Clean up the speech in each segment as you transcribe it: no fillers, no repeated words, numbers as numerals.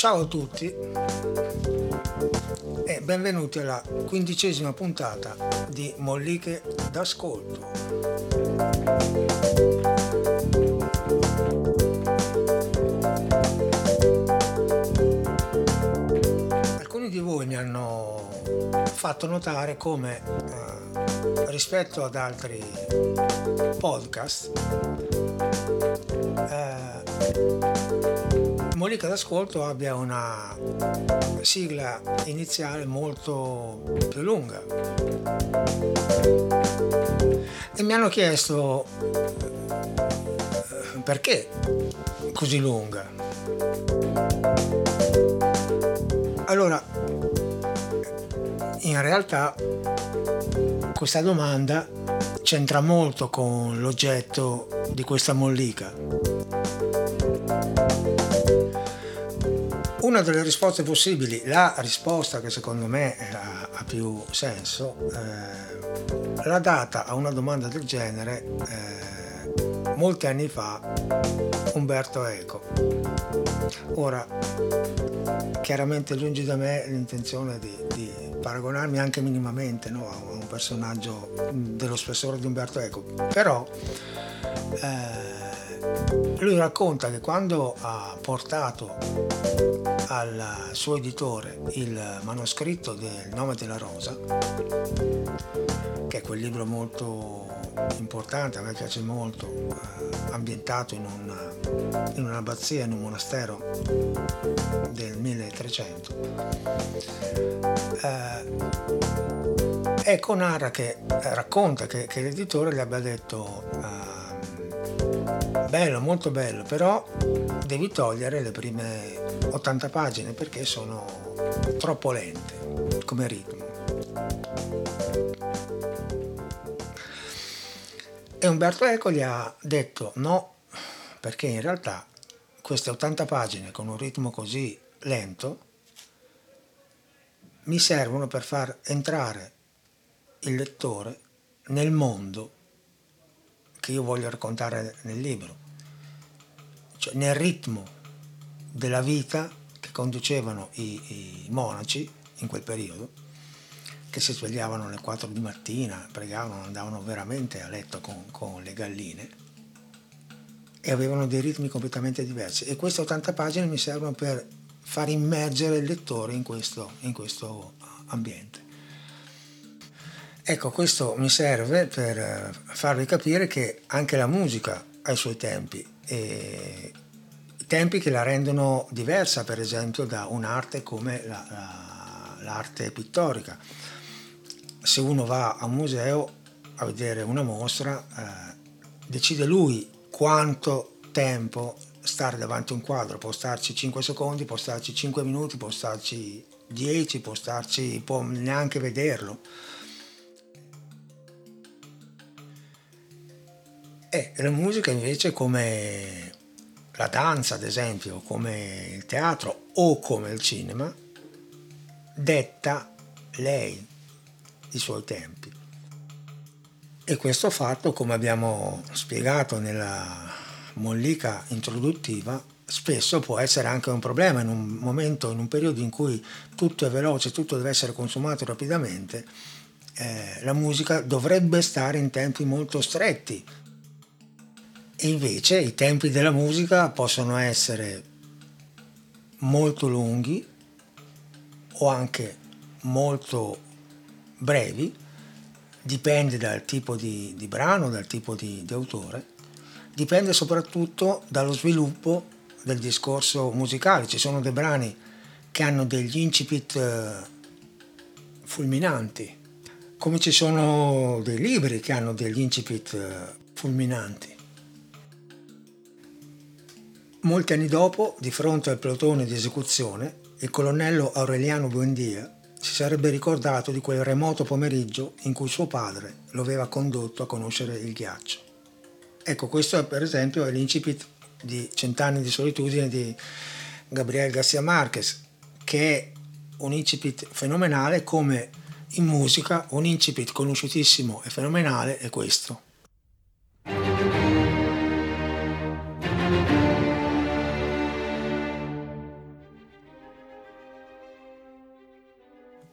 Ciao a tutti e benvenuti alla 15ª puntata di Molliche d'Ascolto. Alcuni di voi mi hanno fatto notare come rispetto ad altri podcast Molliche d'Ascolto abbia una sigla iniziale molto più lunga e mi hanno chiesto perché così lunga. Allora, in realtà questa domanda c'entra molto con l'oggetto di questa mollica. Una delle risposte possibili, la risposta che secondo me ha più senso, l'ha data a una domanda del genere molti anni fa Umberto Eco. Ora, chiaramente lungi da me l'intenzione di paragonarmi anche minimamente, no, a un personaggio dello spessore di Umberto Eco, però lui racconta che quando ha portato al suo editore il manoscritto del Nome della Rosa, che è quel libro molto importante, a me piace molto, ambientato in un'abbazia, in un monastero del 1300, ecco racconta che l'editore gli abbia detto bello, molto bello, però devi togliere le prime 80 pagine perché sono troppo lente come ritmo. E Umberto Eco gli ha detto no, perché in realtà queste 80 pagine con un ritmo così lento mi servono per far entrare il lettore nel mondo che io voglio raccontare nel libro, cioè nel ritmo della vita che conducevano i monaci in quel periodo, che si svegliavano alle 4 di mattina, pregavano, andavano veramente a letto con le galline e avevano dei ritmi completamente diversi, e queste 80 pagine mi servono per far immergere il lettore in questo ambiente. Ecco, questo mi serve per farvi capire che anche la musica ha i suoi tempi, e i tempi che la rendono diversa, per esempio, da un'arte come l'arte pittorica. Se uno va a un museo a vedere una mostra, decide lui quanto tempo stare davanti a un quadro. Può starci 5 secondi, può starci 5 minuti, può starci 10, può neanche vederlo. E la musica invece, come la danza ad esempio, come il teatro o come il cinema, detta lei i suoi tempi. E questo fatto, come abbiamo spiegato nella mollica introduttiva, spesso può essere anche un problema in un momento, in un periodo in cui tutto è veloce, tutto deve essere consumato rapidamente. La musica dovrebbe stare in tempi molto stretti. E invece i tempi della musica possono essere molto lunghi o anche molto brevi, dipende dal tipo di brano, dal tipo di autore, dipende soprattutto dallo sviluppo del discorso musicale. Ci sono dei brani che hanno degli incipit fulminanti, come ci sono dei libri che hanno degli incipit fulminanti. Molti anni dopo, di fronte al plotone di esecuzione, il colonnello Aureliano Buendia si sarebbe ricordato di quel remoto pomeriggio in cui suo padre lo aveva condotto a conoscere il ghiaccio. Ecco, questo per esempio è l'incipit di Cent'anni di solitudine di Gabriel García Márquez, che è un incipit fenomenale, come in musica un incipit conosciutissimo e fenomenale è questo.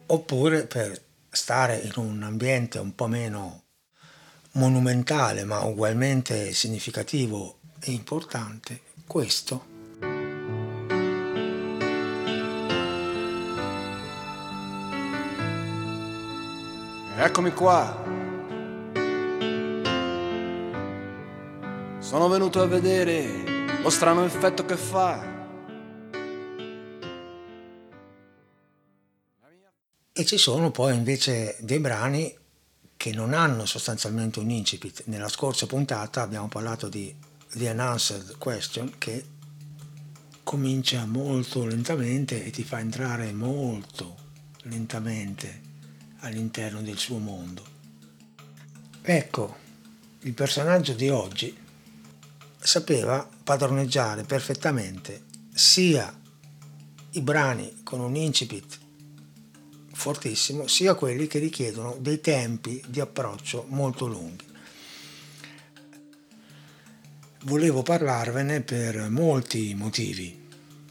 oppure per stare in un ambiente un po' meno monumentale ma ugualmente significativo e importante, questo. Eccomi qua. Sono venuto a vedere lo strano effetto che fa. E ci sono poi invece dei brani che non hanno sostanzialmente un incipit. Nella scorsa puntata abbiamo parlato di The Unanswered Question, che comincia molto lentamente e ti fa entrare molto lentamente all'interno del suo mondo. Ecco, il personaggio di oggi sapeva padroneggiare perfettamente sia i brani con un incipit fortissimo, sia quelli che richiedono dei tempi di approccio molto lunghi. Volevo parlarvene per molti motivi.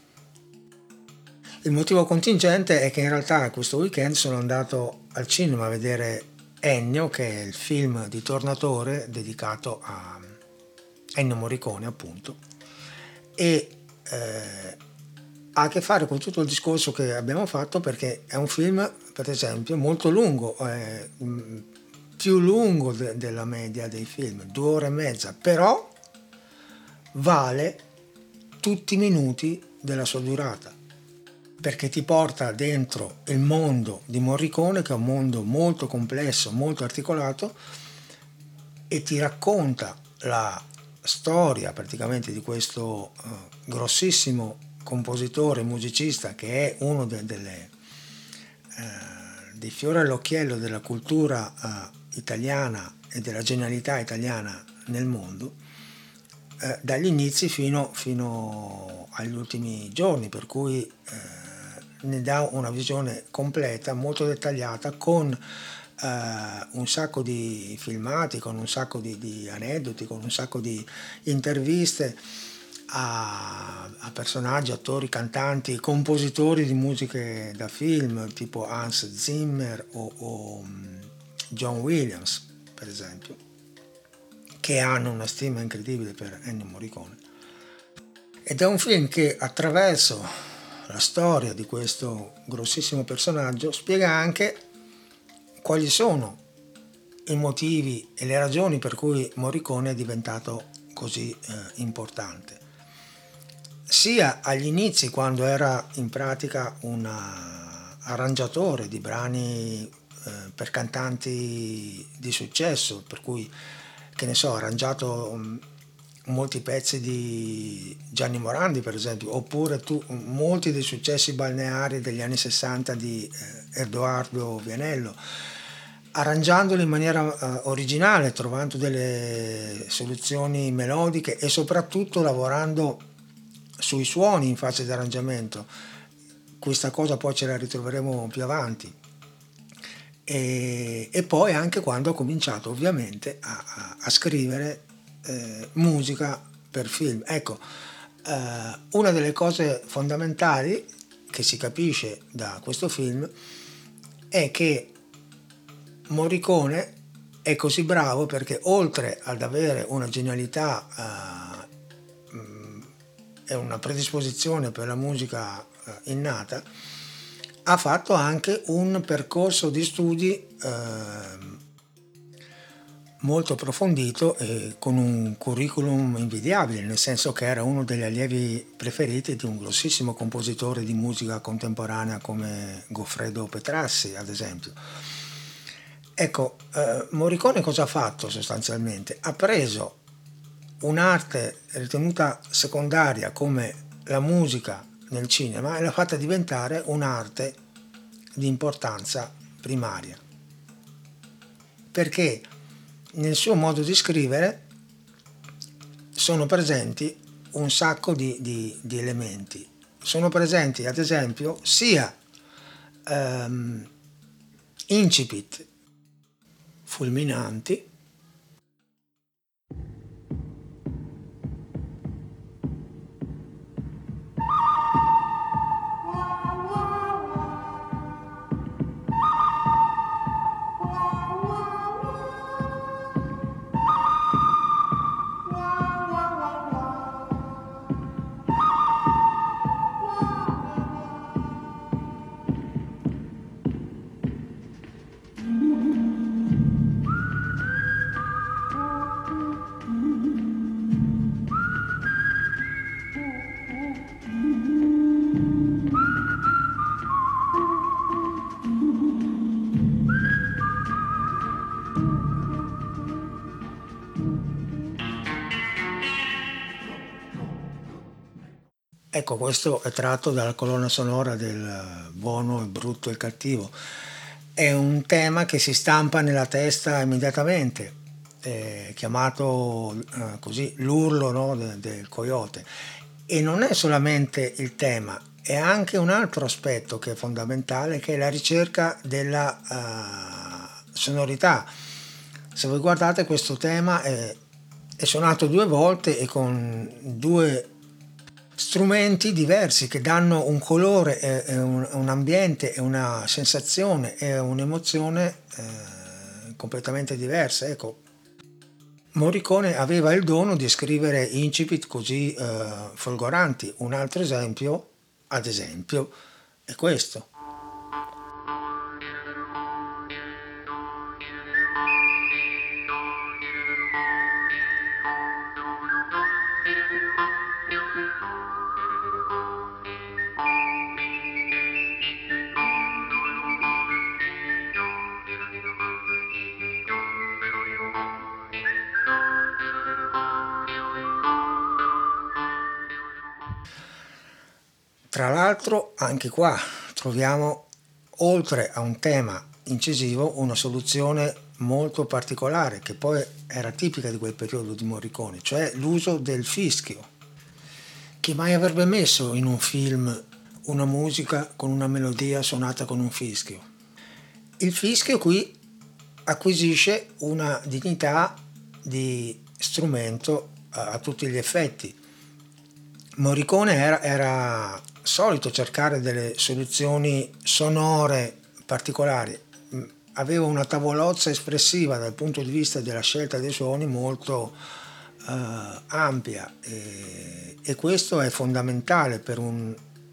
Il motivo contingente è che in realtà questo weekend sono andato al cinema a vedere Ennio, che è il film di Tornatore dedicato a Ennio Morricone, appunto, e ha a che fare con tutto il discorso che abbiamo fatto, perché è un film, per esempio, molto lungo, più lungo della media dei film, 2 ore e mezza, però vale tutti i minuti della sua durata, perché ti porta dentro il mondo di Morricone, che è un mondo molto complesso, molto articolato, e ti racconta la storia praticamente di questo grossissimo compositore, musicista, che è uno dei fiori all'occhiello della cultura italiana e della genialità italiana nel mondo, dagli inizi fino agli ultimi giorni, per cui ne dà una visione completa, molto dettagliata, con un sacco di filmati, con un sacco di aneddoti, con un sacco di interviste a personaggi, attori, cantanti, compositori di musiche da film, tipo Hans Zimmer o John Williams, per esempio, che hanno una stima incredibile per Ennio Morricone. Ed è un film che, attraverso la storia di questo grossissimo personaggio, spiega anche quali sono i motivi e le ragioni per cui Morricone è diventato così importante. Sia agli inizi, quando era in pratica un arrangiatore di brani per cantanti di successo, per cui, che ne so, ha arrangiato molti pezzi di Gianni Morandi, per esempio, oppure molti dei successi balneari degli anni 60 di Edoardo Vianello, arrangiandoli in maniera originale, trovando delle soluzioni melodiche e soprattutto lavorando sui suoni in fase di arrangiamento. Questa cosa poi ce la ritroveremo più avanti. E poi anche quando ho cominciato ovviamente a scrivere musica per film. Ecco, una delle cose fondamentali che si capisce da questo film è che Morricone è così bravo perché, oltre ad avere una genialità e una predisposizione per la musica innata, ha fatto anche un percorso di studi molto approfondito e con un curriculum invidiabile, nel senso che era uno degli allievi preferiti di un grossissimo compositore di musica contemporanea come Goffredo Petrassi, ad esempio. Ecco, Morricone cosa ha fatto sostanzialmente? Ha preso un'arte ritenuta secondaria come la musica nel cinema e l'ha fatta diventare un'arte di importanza primaria, perché nel suo modo di scrivere sono presenti un sacco di elementi. Sono presenti, ad esempio, sia incipit fulminanti, Ecco, questo è tratto dalla colonna sonora del Buono, il brutto e il cattivo. È un tema che si stampa nella testa immediatamente, chiamato così l'urlo, no, del coyote. E non è solamente il tema, è anche un altro aspetto che è fondamentale, che è la ricerca della sonorità. Se voi guardate, questo tema è suonato due volte e con due strumenti diversi che danno un colore, un ambiente e una sensazione e un'emozione completamente diversa. Ecco, Morricone aveva il dono di scrivere incipit così folgoranti. Un altro esempio, ad esempio, è questo. Tra l'altro, anche qua troviamo, oltre a un tema incisivo, una soluzione molto particolare che poi era tipica di quel periodo di Morricone, cioè l'uso del fischio. Chi mai avrebbe messo in un film una musica con una melodia suonata con un fischio? Il fischio qui acquisisce una dignità di strumento a tutti gli effetti. Morricone era solito cercare delle soluzioni sonore particolari, aveva una tavolozza espressiva dal punto di vista della scelta dei suoni molto ampia, e questo è fondamentale per un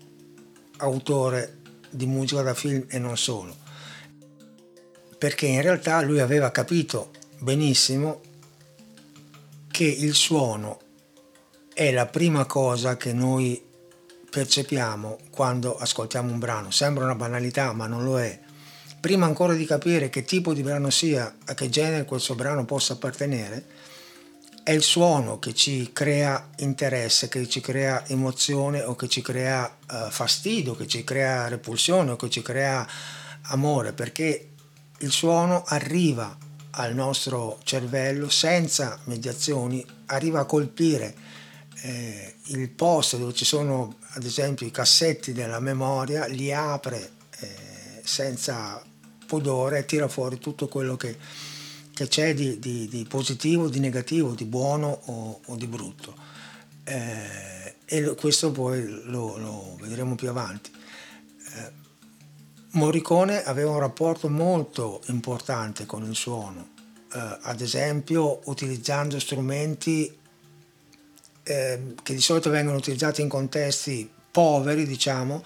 autore di musica da film e non solo, perché in realtà lui aveva capito benissimo che il suono è la prima cosa che noi percepiamo quando ascoltiamo un brano. Sembra una banalità, ma non lo è. Prima ancora di capire che tipo di brano sia, a che genere questo brano possa appartenere, è il suono che ci crea interesse, che ci crea emozione o che ci crea fastidio, che ci crea repulsione o che ci crea amore, perché il suono arriva al nostro cervello senza mediazioni, arriva a colpire il posto dove ci sono ad esempio i cassetti della memoria, li apre senza pudore e tira fuori tutto quello che c'è di positivo, di negativo, di buono o di brutto. Questo poi lo vedremo più avanti. Morricone aveva un rapporto molto importante con il suono, ad esempio utilizzando strumenti che di solito vengono utilizzati in contesti poveri, diciamo,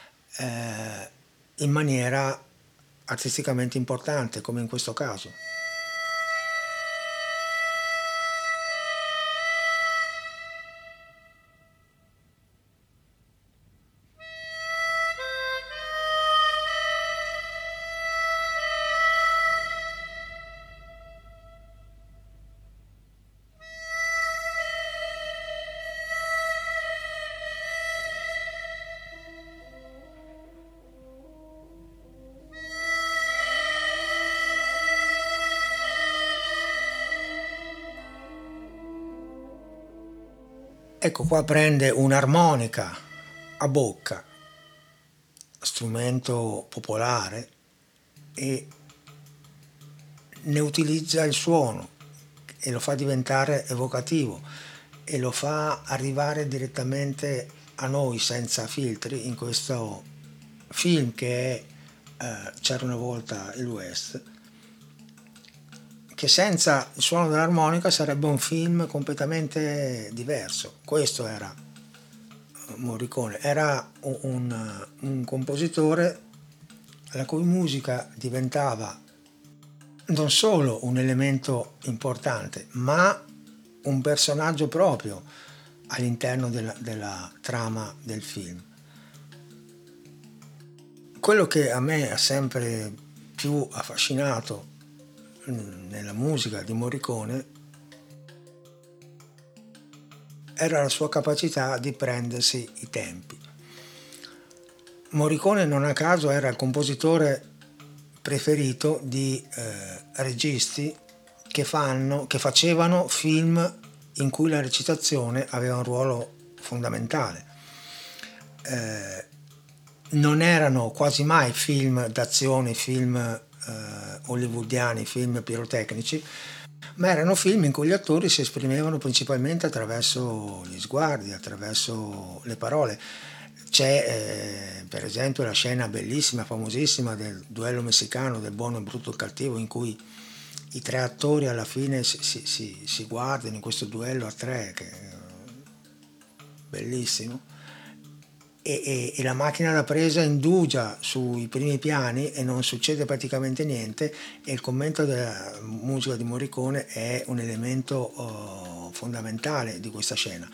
in maniera artisticamente importante, come in questo caso. Ecco, qua prende un'armonica a bocca, strumento popolare, e ne utilizza il suono e lo fa diventare evocativo e lo fa arrivare direttamente a noi senza filtri in questo film che è C'era una volta il West, che senza il suono dell'armonica sarebbe un film completamente diverso. Questo era Morricone, era un compositore la cui musica diventava non solo un elemento importante, ma un personaggio proprio all'interno della trama del film. Quello che a me ha sempre più affascinato nella musica di Morricone era la sua capacità di prendersi i tempi. Morricone non a caso era il compositore preferito di registi che facevano film in cui la recitazione aveva un ruolo fondamentale. Non erano quasi mai film d'azione, film hollywoodiani, film pirotecnici, ma erano film in cui gli attori si esprimevano principalmente attraverso gli sguardi, attraverso le parole. C'è per esempio la scena bellissima, famosissima del duello messicano del buono, il brutto e il cattivo, in cui i tre attori alla fine si guardano in questo duello a tre, che è bellissimo, e la macchina da presa indugia sui primi piani e non succede praticamente niente, e il commento della musica di Morricone è un elemento fondamentale di questa scena.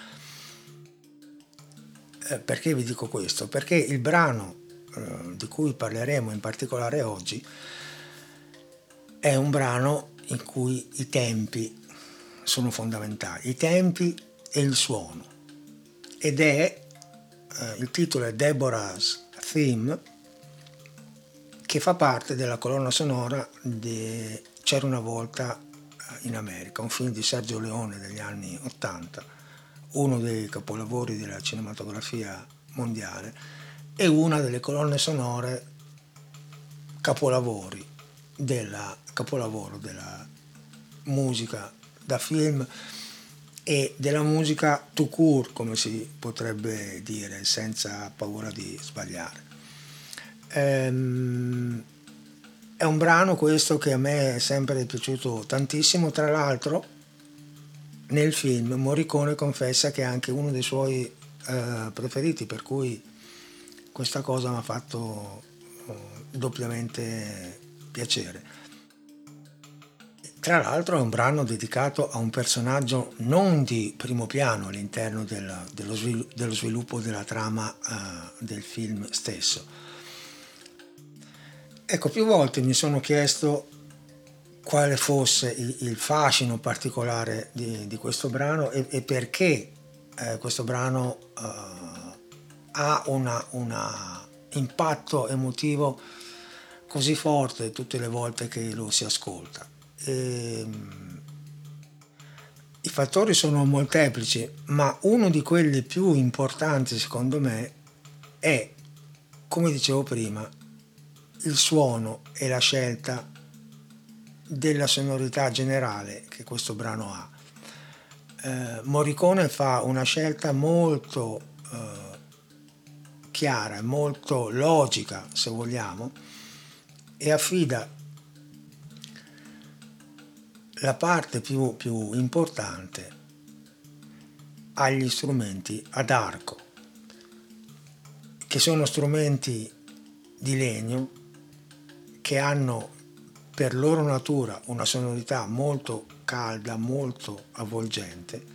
Perché vi dico questo? Perché il brano di cui parleremo in particolare oggi è un brano in cui i tempi sono fondamentali, i tempi e il suono, ed è il titolo è Deborah's Theme, che fa parte della colonna sonora di C'era una volta in America, un film di Sergio Leone degli anni 80, uno dei capolavori della cinematografia mondiale e una delle colonne sonore capolavoro della musica da film e della musica tout court, come si potrebbe dire senza paura di sbagliare. È un brano questo che a me è sempre piaciuto tantissimo. Tra l'altro nel film Morricone confessa che è anche uno dei suoi preferiti, per cui questa cosa mi ha fatto doppiamente piacere. Tra l'altro è un brano dedicato a un personaggio non di primo piano all'interno dello sviluppo della trama del film stesso. Ecco, più volte mi sono chiesto quale fosse il fascino particolare di questo brano e perché questo brano ha un impatto emotivo così forte tutte le volte che lo si ascolta. I fattori sono molteplici, ma uno di quelli più importanti secondo me è, come dicevo prima, il suono e la scelta della sonorità generale che questo brano ha. Morricone fa una scelta molto chiara, molto logica se vogliamo, e affida la parte più importante agli strumenti ad arco, che sono strumenti di legno che hanno per loro natura una sonorità molto calda, molto avvolgente,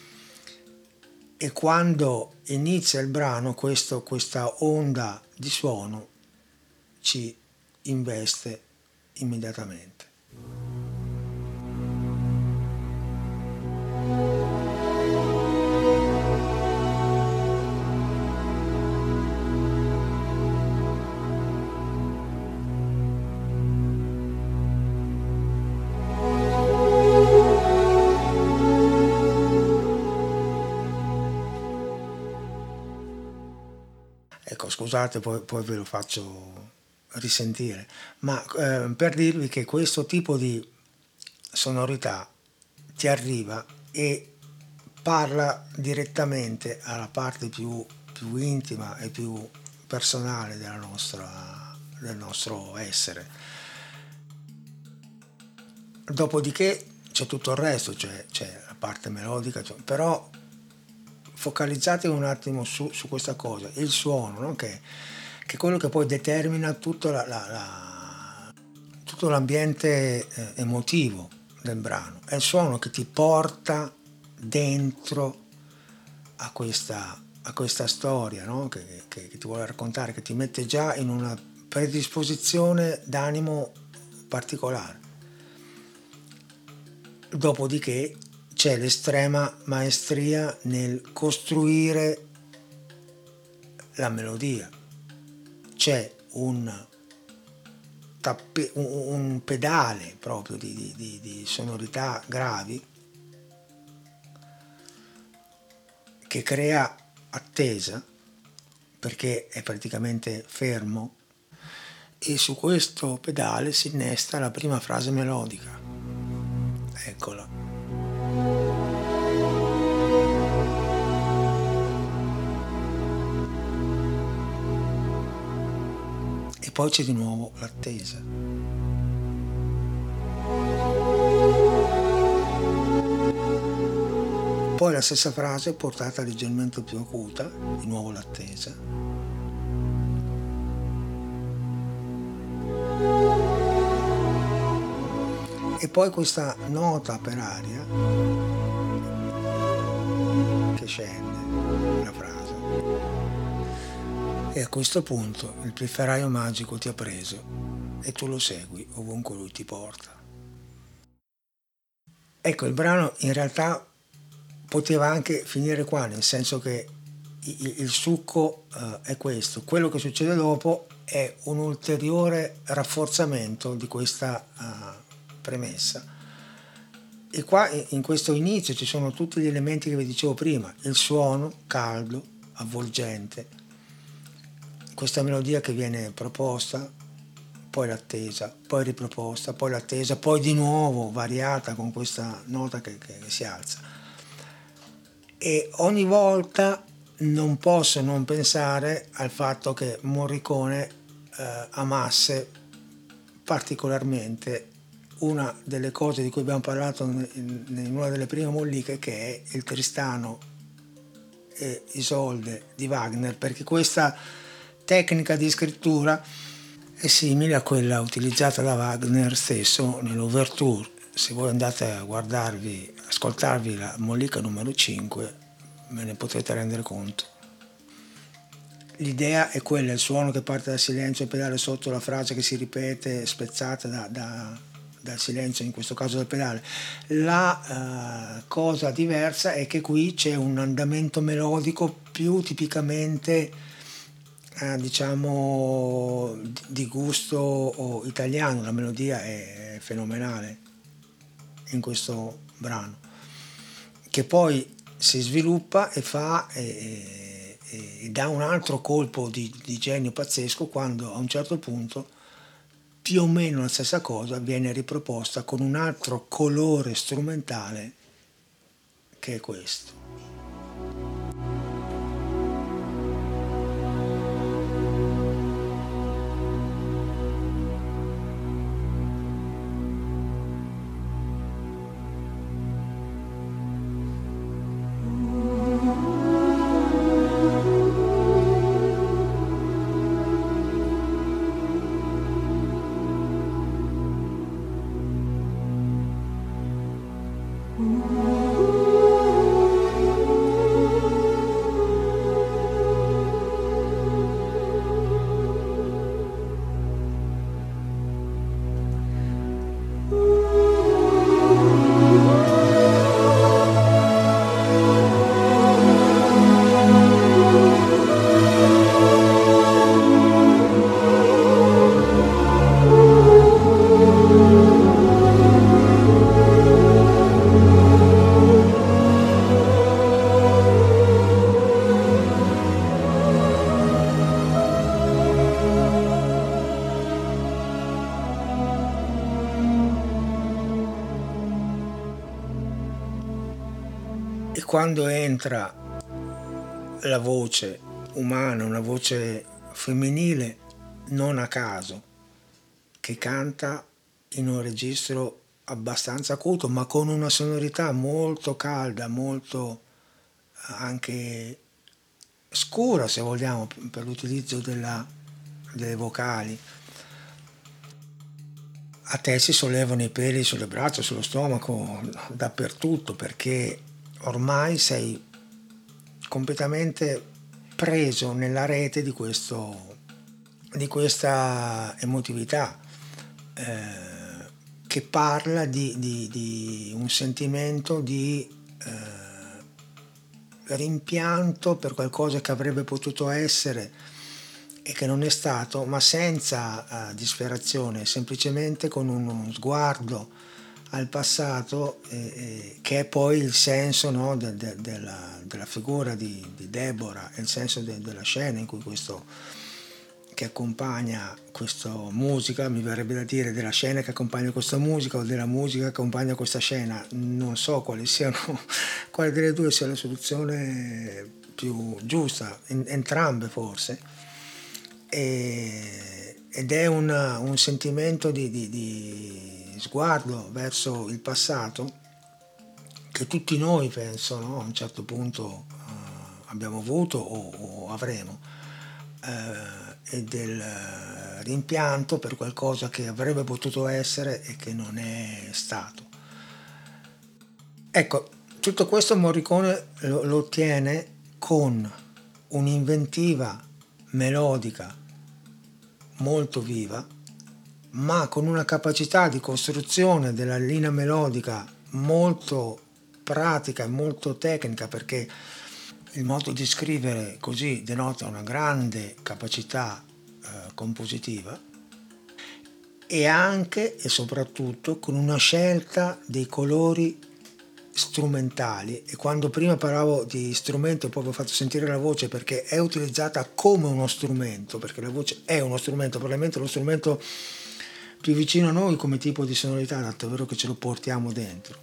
e quando inizia il brano questa onda di suono ci investe immediatamente. Ecco, scusate, poi ve lo faccio risentire, ma per dirvi che questo tipo di sonorità ti arriva e parla direttamente alla parte più intima e più personale del nostro essere. Dopodiché c'è tutto il resto, c'è la parte melodica, però focalizzate un attimo su questa cosa, il suono, no? che è quello che poi determina tutto l'ambiente emotivo del brano. È il suono che ti porta dentro a questa storia, no? che ti vuole raccontare, che ti mette già in una predisposizione d'animo particolare. Dopodiché c'è l'estrema maestria nel costruire la melodia. C'è un pedale proprio di sonorità gravi che crea attesa, perché è praticamente fermo, e su questo pedale si innesta la prima frase melodica. Eccola. E poi c'è di nuovo l'attesa. Poi la stessa frase portata leggermente più acuta, di nuovo l'attesa. E poi questa nota per aria che scende la frase. E a questo punto il pifferaio magico ti ha preso e tu lo segui ovunque lui ti porta. Ecco, il brano in realtà poteva anche finire qua, nel senso che il succo è questo. Quello che succede dopo è un ulteriore rafforzamento di questa premessa. E qua in questo inizio ci sono tutti gli elementi che vi dicevo prima: il suono caldo, avvolgente, questa melodia che viene proposta, poi l'attesa, poi riproposta, poi l'attesa, poi di nuovo variata con questa nota che si alza. E ogni volta non posso non pensare al fatto che Morricone amasse particolarmente una delle cose di cui abbiamo parlato in una delle prime molliche, che è il Tristano e Isolde di Wagner, perché questa tecnica di scrittura è simile a quella utilizzata da Wagner stesso nell'Ouverture. Se voi andate a ascoltarvi la mollica numero 5, ve ne potrete rendere conto. L'idea è quella: il suono che parte dal silenzio, il pedale sotto, la frase che si ripete spezzata dal silenzio, in questo caso dal pedale. La cosa diversa è che qui c'è un andamento melodico più tipicamente diciamo di gusto italiano. La melodia è fenomenale in questo brano, che poi si sviluppa e fa e dà un altro colpo di genio pazzesco quando a un certo punto più o meno la stessa cosa viene riproposta con un altro colore strumentale, che è questo. E quando entra la voce umana, una voce femminile, non a caso, che canta in un registro abbastanza acuto, ma con una sonorità molto calda, molto anche scura, se vogliamo, per l'utilizzo delle vocali. A te si sollevano i peli sulle braccia, sullo stomaco, dappertutto, perché ormai sei completamente preso nella rete di questa emotività che parla di un sentimento di rimpianto per qualcosa che avrebbe potuto essere e che non è stato, ma senza disperazione, semplicemente con uno sguardo al passato, che è poi il senso, no, della figura di Deborah, il senso della scena in cui questo, che accompagna questa musica, mi verrebbe da dire della scena che accompagna questa musica o della musica che accompagna questa scena, non so quale delle due sia la soluzione più giusta, entrambe forse, ed è un sentimento di sguardo verso il passato che tutti noi, penso, no, a un certo punto abbiamo avuto o avremo, e del rimpianto per qualcosa che avrebbe potuto essere e che non è stato. Ecco, tutto questo Morricone lo ottiene con un'inventiva melodica molto viva, ma con una capacità di costruzione della linea melodica molto pratica e molto tecnica, perché il modo di scrivere così denota una grande capacità compositiva, e anche e soprattutto con una scelta dei colori strumentali. E quando prima parlavo di strumento, poi ho fatto sentire la voce perché è utilizzata come uno strumento, perché la voce è uno strumento, probabilmente lo strumento più vicino a noi come tipo di sonorità, tanto è vero che ce lo portiamo dentro.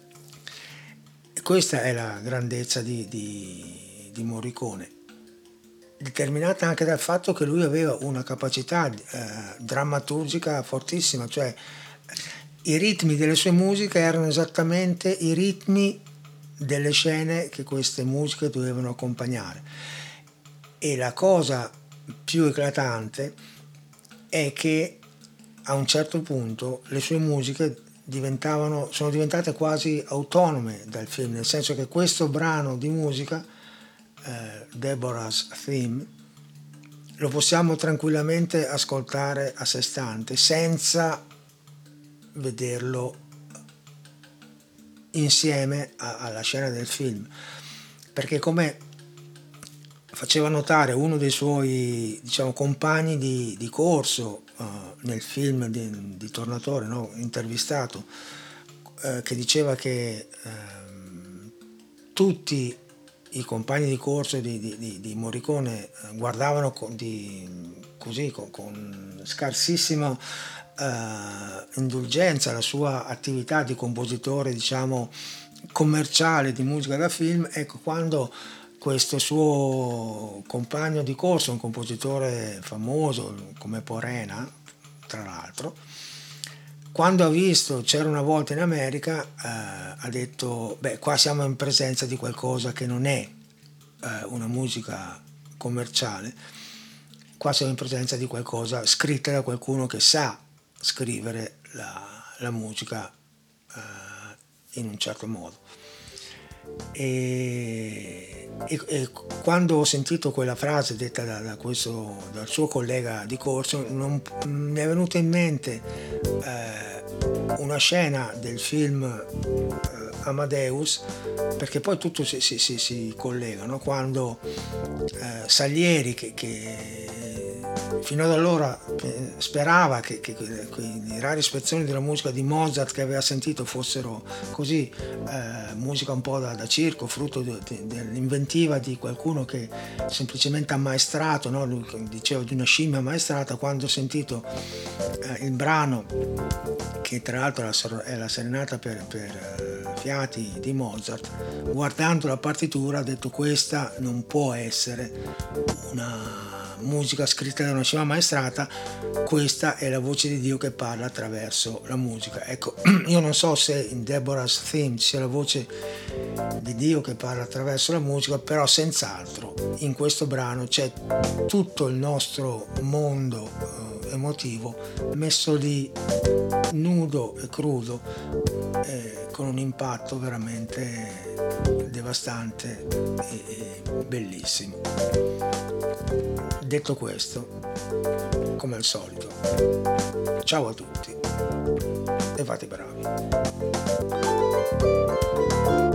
E questa è la grandezza di Morricone, determinata anche dal fatto che lui aveva una capacità drammaturgica fortissima, cioè i ritmi delle sue musiche erano esattamente i ritmi delle scene che queste musiche dovevano accompagnare. E la cosa più eclatante è che a un certo punto le sue musiche sono diventate quasi autonome dal film, nel senso che questo brano di musica, Deborah's Theme, lo possiamo tranquillamente ascoltare a sé stante senza vederlo insieme alla scena del film, perché, come faceva notare uno dei suoi, diciamo, compagni di corso nel film di Tornatore, no, intervistato, che diceva che tutti i compagni di corso di Morricone guardavano con scarsissima indulgenza la sua attività di compositore, diciamo, commerciale di musica da film. Ecco, quando questo suo compagno di corso, un compositore famoso come Porena, tra l'altro, quando ha visto C'era una volta in America, ha detto: beh, qua siamo in presenza di qualcosa che non è una musica commerciale, qua siamo in presenza di qualcosa scritta da qualcuno che sa scrivere la musica in un certo modo. E quando ho sentito quella frase detta dal suo collega di corso, mi è venuta in mente una scena del film Amadeus, perché poi tutto si collega, no? Quando Salieri, che fino ad allora sperava che i rari spezzoni della musica di Mozart che aveva sentito fossero così, musica un po' da circo, frutto dell'inventiva di qualcuno che semplicemente ammaestrato, no? Lui diceva di una scimmia ammaestrata. Quando ho sentito il brano, che tra l'altro è la serenata per fiati di Mozart, guardando la partitura ho detto: questa non può essere una musica scritta da una scimmia ammaestrata, questa è la voce di Dio che parla attraverso la musica. Ecco, io non so se in Deborah's Theme sia la voce di Dio che parla attraverso la musica, però senz'altro in questo brano c'è tutto il nostro mondo emotivo messo lì nudo e crudo, con un impatto veramente devastante e bellissimo. Detto questo, come al solito, ciao a tutti. e fate i bravi.